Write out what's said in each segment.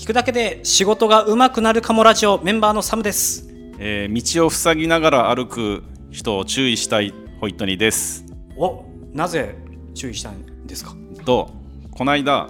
聞くだけで仕事が上手くなるかもラジオメンバーのサムです。 道を塞ぎながら歩く人を注意したいホイットニーです。 なぜ注意したいんですか？ この間、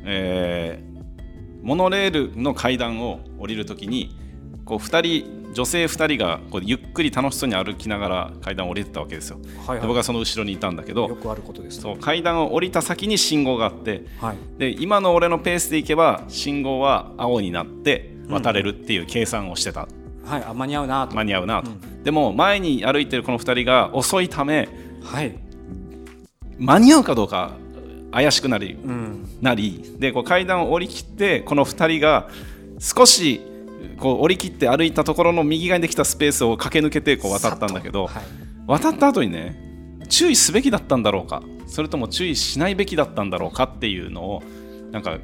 モノレールの階段を降りるときにこう女性2人がこうゆっくり楽しそうに歩きながら階段を降りてたわけですよ。で僕はその後ろにいたんだけど、 よくあることです、ね、 そう階段を降りた先に信号があって、 はい、 で今の俺のペースで行けば信号は青になって渡れるっていう計算をしてた、 はい、間に合うなと、 でも前に歩いてるこの2人が遅いため、 はい、 間に合うかどうか怪しくなり、でこう階段を降り切ってこの2人が少しこう降り切って歩いたところの右側にできたスペースを駆け抜けてこう渡ったんだけど、はい、渡った後にね、注意すべきだったんだろうか、それとも注意しないべきだったんだろうかっていうのをなんか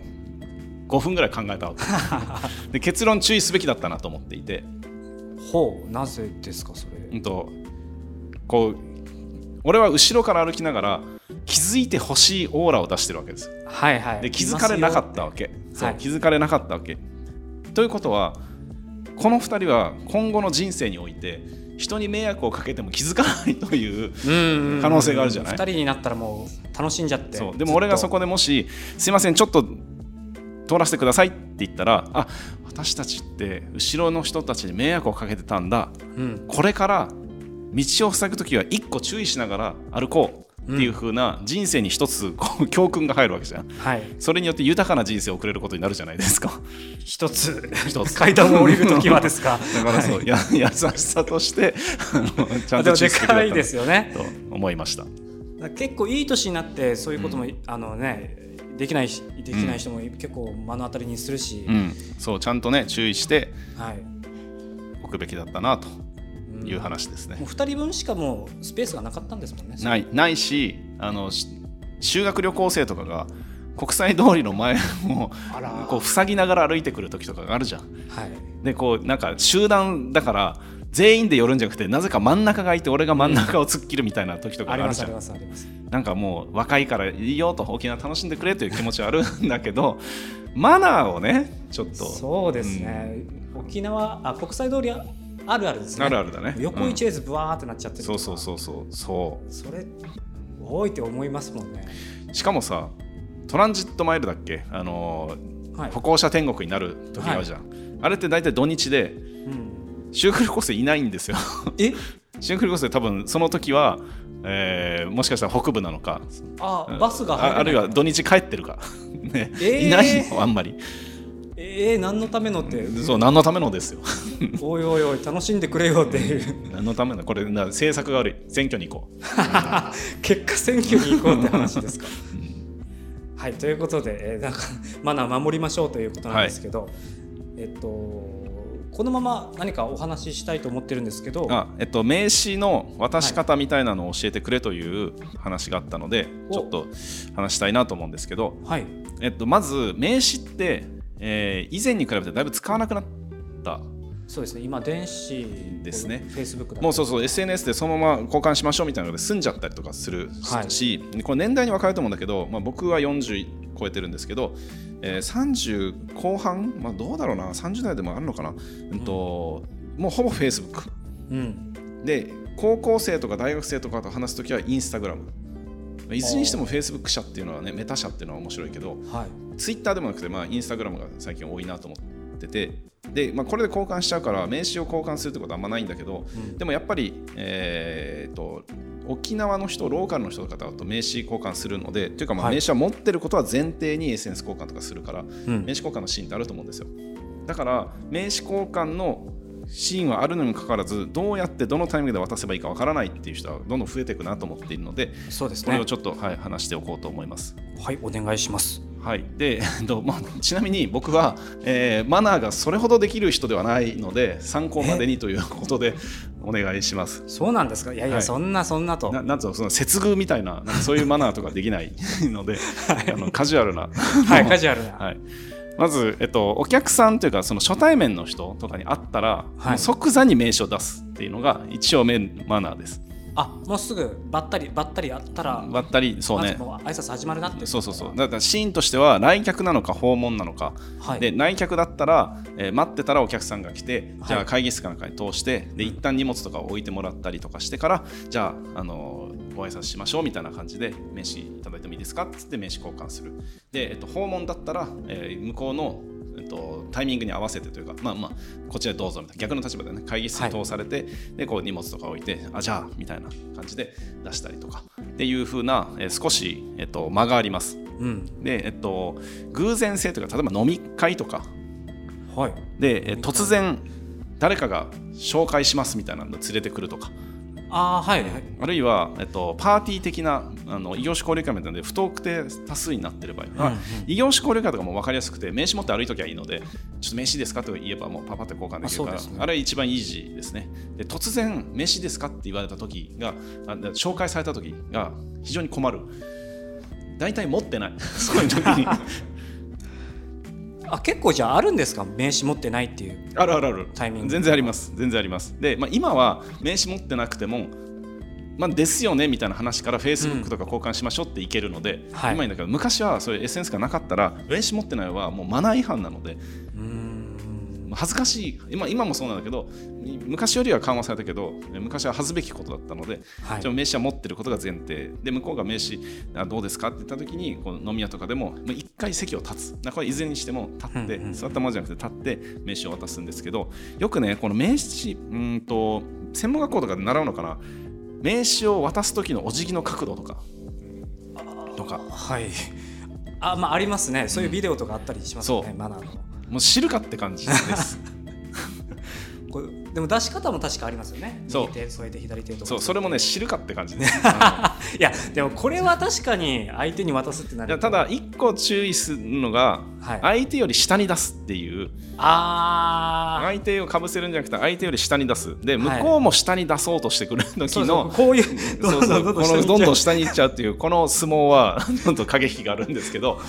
5分ぐらい考えたわけで結論注意すべきだったなと思っていて、 なぜですかそれ？ こう俺は後ろから歩きながら気づいてほしいオーラを出してるわけです、 はいはい、 で気づかれなかったわけ、気づかれなかったわけということは、この2人は今後の人生において人に迷惑をかけても気づかないという可能性があるじゃない。 2人になったらもう楽しんじゃって。 そうでも俺がそこでもしすいませんちょっと通らせてくださいって言ったら、私たちって後ろの人たちに迷惑をかけてたんだ、これから道を塞ぐときは一個注意しながら歩こうっていう風な人生に一つ教訓が入るわけじゃん、はい、それによって豊かな人生を送れることになるじゃないですか。 一つ階段を降りるときはですかだからそう、優しさとしてちゃんと注意すべきだったなですよねと思いました。 結構いい年になってそういうことも、できない人も結構目の当たりにするし、 そうちゃんとね注意しておくべきだったなという話ですね。 もう2人分しかもうスペースがなかったんですもんね。 ないし、修学旅行生とかが国際通りの前をこう塞ぎながら歩いてくる時とかがあるじゃん、はい、でこうなんか集団だから全員で寄るんじゃなくて、なぜか真ん中が空いて俺が真ん中を突っ切るみたいな時とかがあるじゃん、なんかもう若いからいいよと沖縄楽しんでくれという気持ちはあるんだけどマナーをねちょっと。そうですね、 沖縄国際通りあるあるですね。 あるあるだね。 横一列ブワーってなっちゃってるとか、 そうそれ多いって思いますもんね。 しかもさ、トランジットマイルだっけ、歩行者天国になる時があるじゃん、あれって大体土日で、修学旅行生いないんですよ修学旅行生多分その時は、もしかしたら北部なのか、 バスが入れない、 あるいは土日帰ってるか、ねいないのあんまり。 何のためのって。 そう何のためのですよおい楽しんでくれよっていう何のためのこれ政策が悪い、選挙に行こう結果選挙に行こうって話ですかはい、ということで、なんかマナー守りましょうということなんですけど、このまま何かお話ししたいと思ってるんですけど、 名刺の渡し方みたいなのを教えてくれという話があったので、ちょっと話したいなと思うんですけど、まず名刺って、以前に比べてだいぶ使わなくなった。 そうですね、今電子ですね、 Facebook だもうそう SNS でそのまま交換しましょうみたいなので済んじゃったりとかするし、これ年代に分かれると思うんだけど、僕は40超えてるんですけど、30後半、どうだろうな、30代でもあるのかな、もうほぼ Facebook、で高校生とか大学生とかと話すときは Instagram、いずれにしても Facebook 社っていうのはね、メタ社っていうのは面白いけど、Twitter でもなくて、Instagram が最近多いなと思ってて、でこれで交換しちゃうから名刺を交換するってことはあんまないんだけど、でもやっぱり、沖縄の人、ローカルの人とかと名刺交換するので、というか名刺は持ってることは前提に SNS 交換とかするから、名刺交換のシーンってあると思うんですよ。だから名刺交換のシーンはあるのにもかかわらず、どうやってどのタイミングで渡せばいいかわからないっていう人はどんどん増えていくなと思っているので、 そうですね、 これをちょっと、話しておこうと思います。 はい、お願いします。 でちなみに僕は、マナーがそれほどできる人ではないので、参考までにということでお願いします。 そうなんですか。いや、そんなとなんつうの、その接遇みたいな、そういうマナーとかできないのでカジュアルなカジュアルな、 まず、お客さんというかその初対面の人とかに会ったら、即座に名刺を出すっていうのが一応マナーです。 もうすぐばったりあったらばったり、そうね、 まずもう挨拶始まるなって。 そうだからシーンとしては来客なのか訪問なのか、で来客だったら、待ってたらお客さんが来て、じゃあ会議室かなんかに通して、で一旦荷物とかを置いてもらったりとかしてから、じゃあ、ご挨拶しましょうみたいな感じで、名刺いただいてもいいですかって言って名刺交換する。で、訪問だったら、向こうのタイミングに合わせてというか、こちらどうぞみたいな逆の立場でね、会議室に通されて、でこう荷物とか置いて、じゃあみたいな感じで出したりとかっていう風な、少し、間があります。で、偶然性というか、例えば飲み会とか、で、突然誰かが紹介しますみたいなのを連れてくるとか、あるいは、パーティー的な異業種交流会みたいなので不特定多数になっている場合、異業種交流会とかも分かりやすくて、名刺持って歩いときゃいいので、ちょっと名刺ですかと言えばもうパパって交換できるから、あれ一番イージーですね。で、突然名刺ですかって言われた時が、紹介された時が非常に困る。大体持ってないそういう時に結構じゃああるんですか、名刺持ってないっていう。 あるタイミング。 全然あります。で、今は名刺持ってなくても、ですよねみたいな話から Facebook とか交換しましょうっていけるので、今いいんだけど、昔はそういう SNS がなかったら名刺持ってないはもうマナー違反なので、恥ずかしい。今もそうなんだけど、昔よりは緩和されたけど、昔は恥ずべきことだったので、じゃあ名刺は持ってることが前提で、向こうが名刺どうですかって言った時に、この飲み屋とかでも一回席を立つ。これいずれにしても立って、座ったままじゃなくて立って名刺を渡すんですけど、よくね、この名刺専門学校とかで習うのかな、名刺を渡す時のお辞儀の角度とかありますね。そういうビデオとかあったりしますね、マナーの。 もう知るかって感じですでも出し方も確かありますよね。右手添えて左手とか。 それもね、知るかって感じですいやでもこれは確かに相手に渡すってなると。 ただ一個注意するのが、相手より下に出すっていう。相手をかぶせるんじゃなくて相手より下に出す。で、向こうも下に出そうとしてくる時の、 こういうどんどん下に行っちゃうっていう、この相撲はどんどん過激があるんですけど、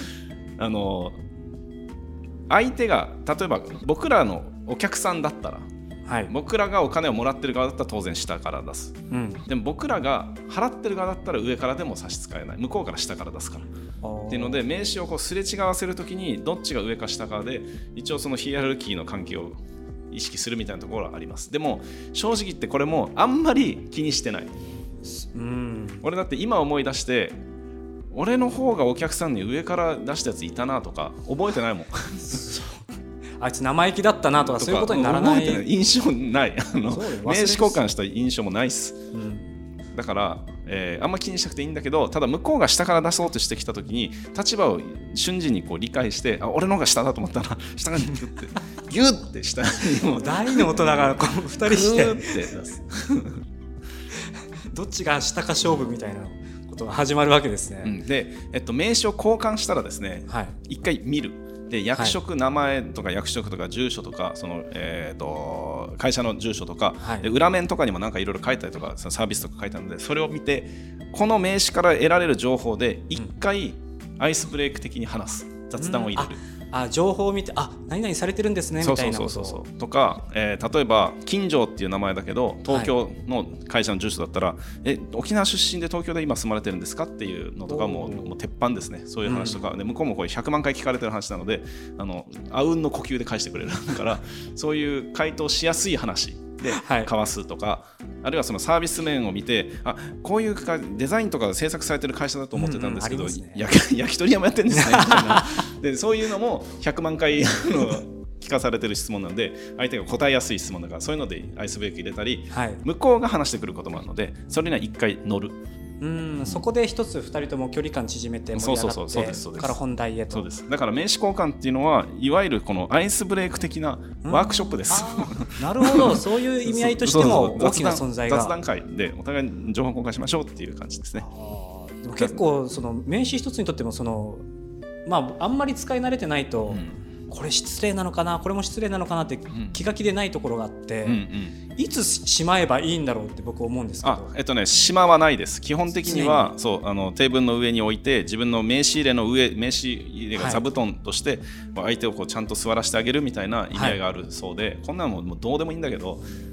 相手が例えば僕らのお客さんだったら、僕らがお金をもらってる側だったら当然下から出す、でも僕らが払ってる側だったら上からでも差し支えない、向こうから下から出すからっていうので、名刺をこうすれ違わせるときにどっちが上か下かで一応そのヒエラルキーの関係を意識するみたいなところはあります。でも正直言ってこれもあんまり気にしてない。俺だって今思い出して、俺の方がお客さんに上から出したやついたなとか覚えてないもんあいつ生意気だったなとかそういうことにならない。 印象ない名刺交換した印象もないっす、だから、あんま気にしなくていいんだけど、ただ向こうが下から出そうとしてきた時に立場を瞬時にこう理解して、俺の方が下だと思ったら下がギュッて下にもう大の大人がこう2人してグーって出すどっちが下か勝負みたいなことが始まるわけですね。 で、名刺を交換したらですね、一回見る。で、役職、名前とか役職とか住所とか、その会社の住所とか、で裏面とかにもなんかいろいろ書いたりとか、そのサービスとか書いてあるので、それを見てこの名刺から得られる情報で一回アイスブレイク的に話す、雑談を入れる。 情報を見て、何々されてるんですねみたいなこととか、例えば金城っていう名前だけど東京の会社の住所だったら、沖縄出身で東京で今住まれてるんですかっていうのとかもう鉄板ですね。そういう話とか、で向こうもこれ100万回聞かれてる話なので、あうんの呼吸で返してくれるからそういう回答しやすい話で交わすとか、あるいはそのサービス面を見て、こういうデザインとか制作されてる会社だと思ってたんですけど、焼き鳥屋もやってるんですねみたいなで、そういうのも100万回聞かされてる質問なので、相手が答えやすい質問だから、そういうのでアイスブレイク入れたり、向こうが話してくることもあるので、それには1回乗る。 そこで一つ2人とも距離感縮めて盛り上がってから本題へと。 そうです。だから名刺交換っていうのはいわゆるこのアイスブレイク的なワークショップです。 なるほど、そういう意味合いとしても大きな存在が。 雑談会でお互いに情報交換しましょうっていう感じですね。 でも結構その名刺一つにとってもあんまり使い慣れてないと、これ失礼なのかな、これも失礼なのかなって気が気でないところがあって、いつしまえばいいんだろうって僕思うんですけど。 しまわないです。基本的にはテーブルの上に置いて、自分の名刺入れの上、名刺入れが座布団として相手をこうちゃんと座らせてあげるみたいな意味合いがあるそうで、こんなのもうどうでもいいんだけど、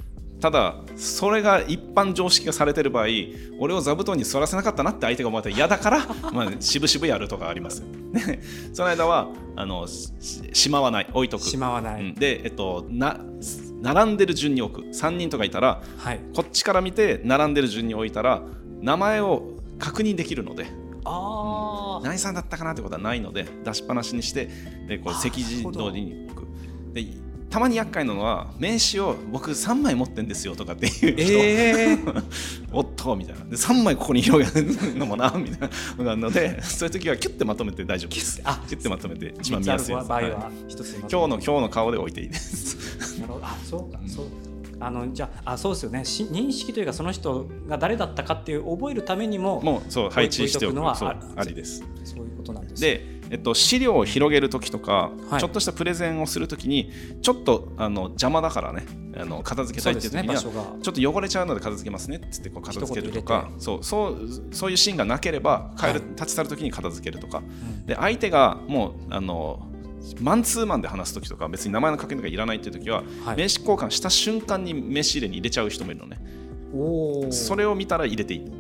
ただそれが一般常識がされてる場合、俺を座布団に座らせなかったなって相手が思ったら嫌だからまあ渋々やるとかありますでその間はしまわない、置いとく、 しまわない、 で、並んでる順に置く。3人とかいたら、はい、こっちから見て並んでる順に置いたら名前を確認できるので、何さんだったかなってことはないので出しっぱなしにして、でこう席次通りに置く。でたまに厄介なのは名刺を僕3枚持ってんですよとかっていう人、おっとみたいな、で3枚ここに広げるのもなみたいなのがあるので、そういう時はキュッてまとめて大丈夫です。キュッてまとめて一番見やすいです。今日の顔で置いていいですなるほど。そうか、そうじゃあそうですよね。認識というかその人が誰だったかっていう覚えるためにもそう配置しておくのはありです。 そういうことなんです。 で資料を広げるときとか、はい、ちょっとしたプレゼンをするときにちょっと邪魔だからね、片付けたいっていうときには、ちょっと汚れちゃうので片付けますねって言ってこう片付けるとか、そういうシーンがなければ立ち去るときに片付けるとか、で相手がもうマンツーマンで話すときとか別に名前の確認とかいらないっていうときは、名刺交換した瞬間に名刺入れに入れちゃう人もいるのね。それを見たら入れていい。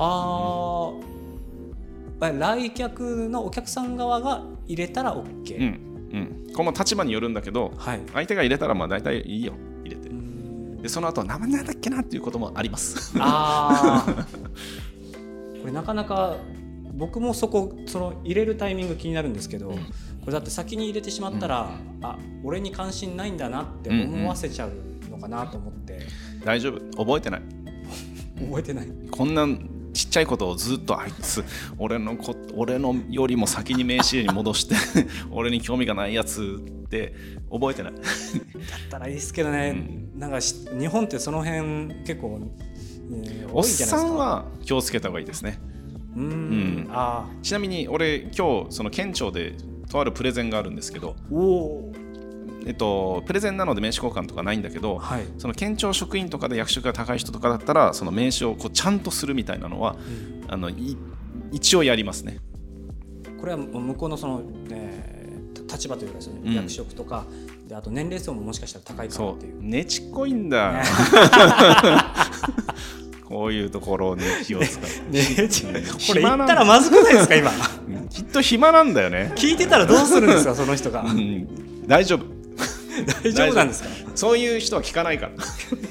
来客のお客さん側が入れたら OK、 この立場によるんだけど、はい、相手が入れたらまあ大体いいよ入れて、でその後名前なんだっけなっていうこともありますこれなかなか僕もその入れるタイミング気になるんですけど、これだって先に入れてしまったら、俺に関心ないんだなって思わせちゃうのかなと思って、 大丈夫、覚えてないこんなちっちゃいことをずっとあいつ俺のよりも先に名刺入れに戻して俺に興味がないやつって覚えてないだったらいいですけどね、なんか日本ってその辺結構、多いんじゃないですか。 おっさんは気をつけた方がいいですね。ちなみに俺今日その県庁でとあるプレゼンがあるんですけど、プレゼンなので名刺交換とかないんだけど、はい、その県庁職員とかで役職が高い人とかだったらその名刺をこうちゃんとするみたいなのは、一応やりますね。 これは向こうのその、立場というかその役職とか、であと年齢層ももしかしたら高いからっていう。 ねちっこいんだこういうところに気を使うこれ言ったらまずくないですか今きっと暇なんだよね。 聞いてたらどうするんですかその人が、 大丈夫大丈夫なんですか。 そういう人は聞かないから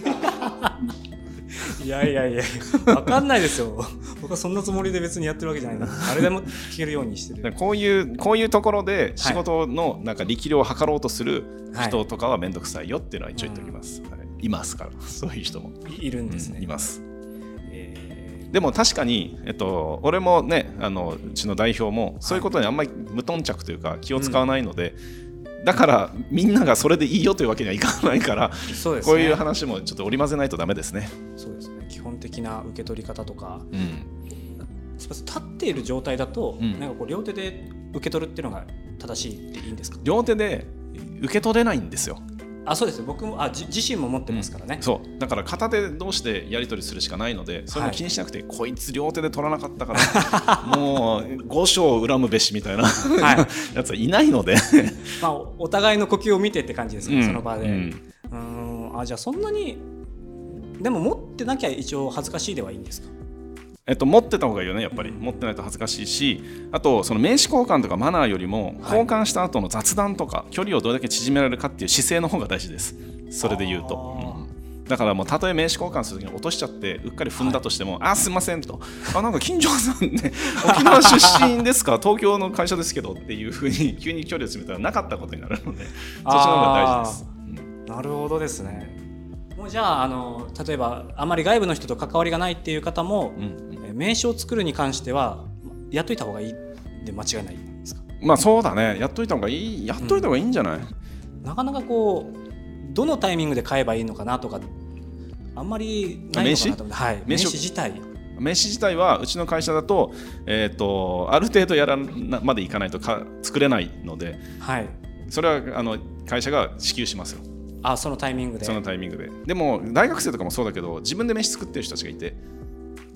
いや分かんないですよ僕はそんなつもりで別にやってるわけじゃないな。あれでも聞けるようにしてる。 こういうところで仕事のなんか力量を図ろうとする人とかは面倒くさいよっていうのは一応言っておきます、いますから。そういう人もいるんですね、 います。でも確かに、俺もねうちの代表もそういうことにあんまり無頓着というか気を使わないので、だからみんながそれでいいよというわけにはいかないから、そうですね、こういう話もちょっと織り交ぜないとダメですね。 そうですね、基本的な受け取り方とか、立っている状態だと、なんかこう両手で受け取るっていうのが正しいっていいんですか。 両手で受け取れないんですよ。 そうですね、僕も自身も持ってますからね、 そうだから片手同士でやり取りするしかないので、それも気にしなくて、こいつ両手で取らなかったからもう五章恨むべしみたいな、やつはいないのでお互いの呼吸を見てって感じですね、その場で。じゃあそんなにでも持ってなきゃ一応恥ずかしいではいいんですか。 持ってた方がいいよね、やっぱり。持ってないと恥ずかしいし、あとその名刺交換とかマナーよりも交換した後の雑談とか距離をどれだけ縮められるかっていう姿勢の方が大事です。それで言うと、だからもうたとえ名刺交換するときに落としちゃってうっかり踏んだとしても、すいませんと、なんか金城さんね沖縄出身ですか東京の会社ですけどっていうふうに急に距離を詰めたらなかったことになるので、そっちの方が大事です。 なるほどですね。もうじゃあ、例えばあまり外部の人と関わりがないっていう方も、名刺を作るに関してはやっといた方がいいで間違いないですか。 そうだね、やっといた方がいい、やっといた方がいいんじゃない。 なかなかこうどのタイミングで買えばいいのかなとかあんまりないのかなと思って、名刺自体はうちの会社だと、ある程度やらまでいかないと作れないので、それは会社が支給しますよ。そのタイミングで。でも大学生とかもそうだけど自分で名刺作ってる人たちがいて、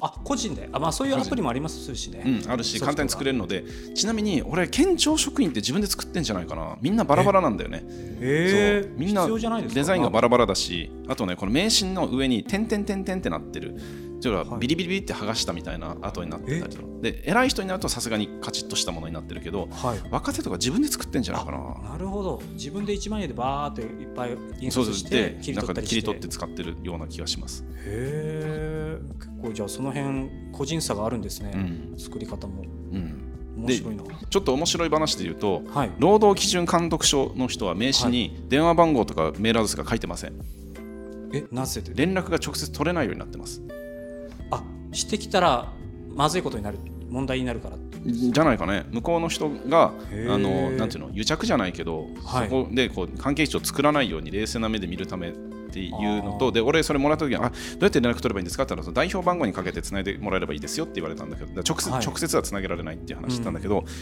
個人でそういうアプリもありますしね、 あるし簡単に作れるので。ちなみに俺県庁職員って自分で作ってんじゃないかな。みんなバラバラなんだよね。そうみんなデザインがバラバラだし、あとねこの名刺の上に点々点々ってなってる、ビリビリビリって剥がしたみたいな跡になってたりとかで、偉い人になるとさすがにカチッとしたものになってるけど、若手とか自分で作ってんじゃないかな。 なるほど、自分で1万円でバーっていっぱい印刷して切り取ったりして、 切り取って使ってるような気がします。 へー、結構じゃあその辺個人差があるんですね、作り方も。面白いな。 ちょっと面白い話で言うと、労働基準監督署の人は名刺に電話番号とかメールアドレスが書いてません。 なぜで？ 連絡が直接取れないようになってます。 してきたらまずいことになる、問題になるからじゃないかね。向こうの人がなんていうの、癒着じゃないけど、そこでこう関係値を作らないように冷静な目で見るためっていうのと、で俺それもらった時にどうやって連絡取ればいいんですかって言ったら、代表番号にかけてつないでもらえればいいですよって言われたんだけど、直接はつなげられないっていう話したんだけど、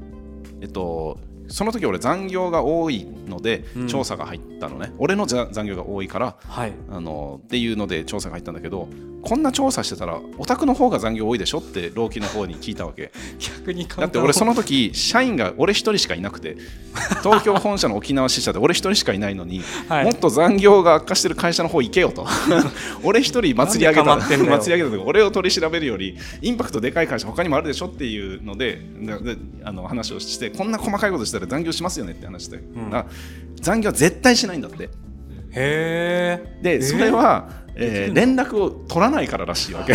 その時俺残業が多いので調査が入ったのね、俺の残業が多いから、っていうので調査が入ったんだけど、こんな調査してたらお宅の方が残業多いでしょって労基の方に聞いたわけ。 逆にだって俺その時社員が俺一人しかいなくて、東京本社の沖縄支社で俺一人しかいないのに、もっと残業が悪化してる会社の方行けよと俺一人祭り上げたとか、俺を取り調べるよりインパクトでかい会社他にもあるでしょっていうので話をして、こんな細かいことしたら残業しますよねって話で、残業は絶対しないんだって。でそれは連絡を取らないかららしいわけ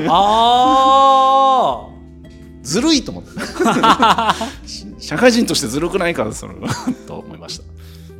ずるいと思って社会人としてずるくないからそれはと思いました。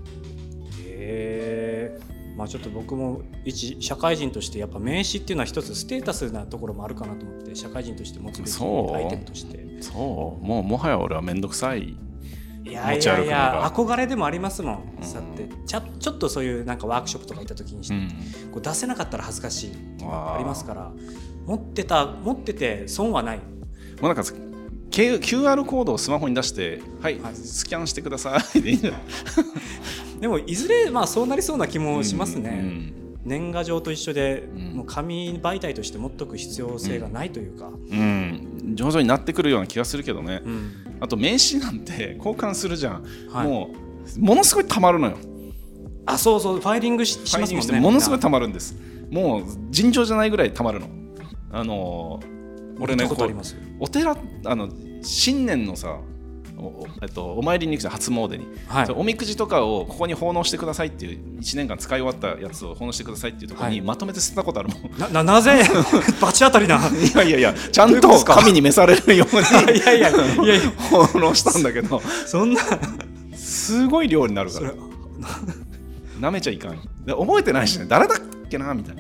ちょっと僕も一社会人としてやっぱ名刺っていうのは一つステータスなところもあるかなと思って、社会人として持つべきアイテムとして。 もはや俺はめんどくさい。 いや憧れでもありますもん。さてちょっとそういうなんかワークショップとか行った時にして、こう出せなかったら恥ずかしいありますから、持ってて損はない。 もうなんかQR コードをスマホに出してスキャンしてくださいでいいんじゃないでもいずれそうなりそうな気もしますね。年賀状と一緒で、もう紙媒体として持っとく必要性がないというか、 徐々になってくるような気がするけどね。あと名刺なんて交換するじゃん、ものすごい溜まるのよ。 そうファイリングしますもんね。 ものすごい溜まるんです。もう尋常じゃないぐらい溜まるの。俺ね、お寺新年のさお参りに行くじゃん、初詣に、おみくじとかをここに奉納してくださいっていう、1年間使い終わったやつを奉納してくださいっていうところにまとめて捨てたことあるもん。 なぜ罰当たりな。 いやちゃんと神に召されるように奉納したんだけど、 そんなすごい量になるからなめちゃいかん。覚えてないしね、誰だっけなみたいな。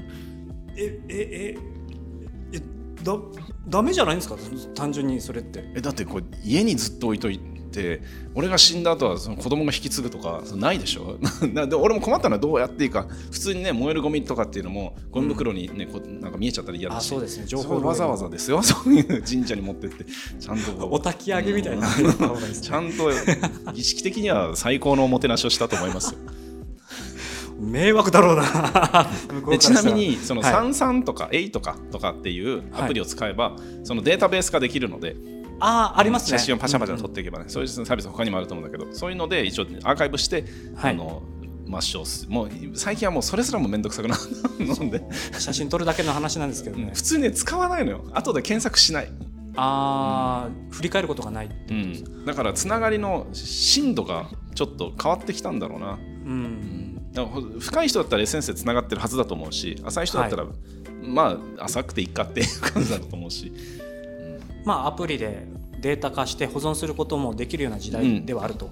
ダメじゃないんですか、単純にそれって。 だってこう家にずっと置いといて、俺が死んだ後はその子供が引き継ぐとかないでしょで俺も困ったのはどうやっていいか。普通にね、燃えるゴミとかっていうのもゴミ袋にね、なんか見えちゃったら嫌だし、 そうですね、情報わざわざですよ、そういう神社に持ってってちゃんとお焚き上げみたいな、 ちゃんと儀式的には最高のおもてなしをしたと思いますよ迷惑だろうなでちなみにその33とか8とかっていうアプリを使えば、そのデータベース化できるので、 ありますね、 写真をパシャパシャ撮っていけばね、そういうサービス他にもあると思うんだけど、そういうので一応アーカイブして、抹消する。もう最近はもうそれすらもめんどくさくなるので写真撮るだけの話なんですけどね、 普通ね使わないのよ。後で検索しない。 振り返ることがない、 だからつながりの深度がちょっと変わってきたんだろうな。深い人だったら SNS でつながってるはずだと思うし、浅い人だったら、浅くていいかっていう感じだと思うし、 アプリでデータ化して保存することもできるような時代ではあると。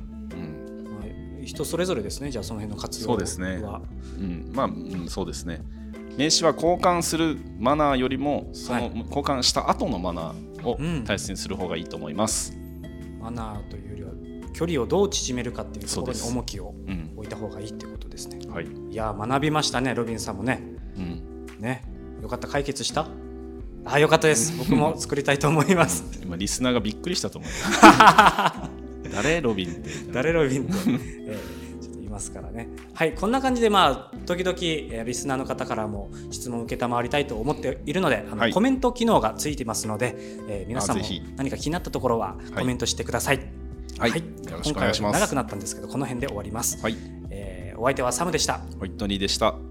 人それぞれですね。じゃあその辺の活用は。そうですね。 そうですね。名刺は交換するマナーよりもその交換した後のマナーを大切にする方がいいと思います。 マナーというよりは距離をどう縮めるかっていうところに重きを置いた方がいいってことですね。いや学びましたね、ロビンさんもね。よかった、解決した？よかったです。僕も作りたいと思います今リスナーがびっくりしたと思う誰ロビンって誰ロビンってますからね。はい、こんな感じで時々リスナーの方からも質問を受けたまわりたいと思っているので、 はい、 コメント機能がついてますので、皆さんも何か気になったところはコメントしてください。 はい、はい、よろしくお願いします。 今回は長くなったんですけどこの辺で終わります。 はい、 お相手はサムでした。 ホイットニーでした。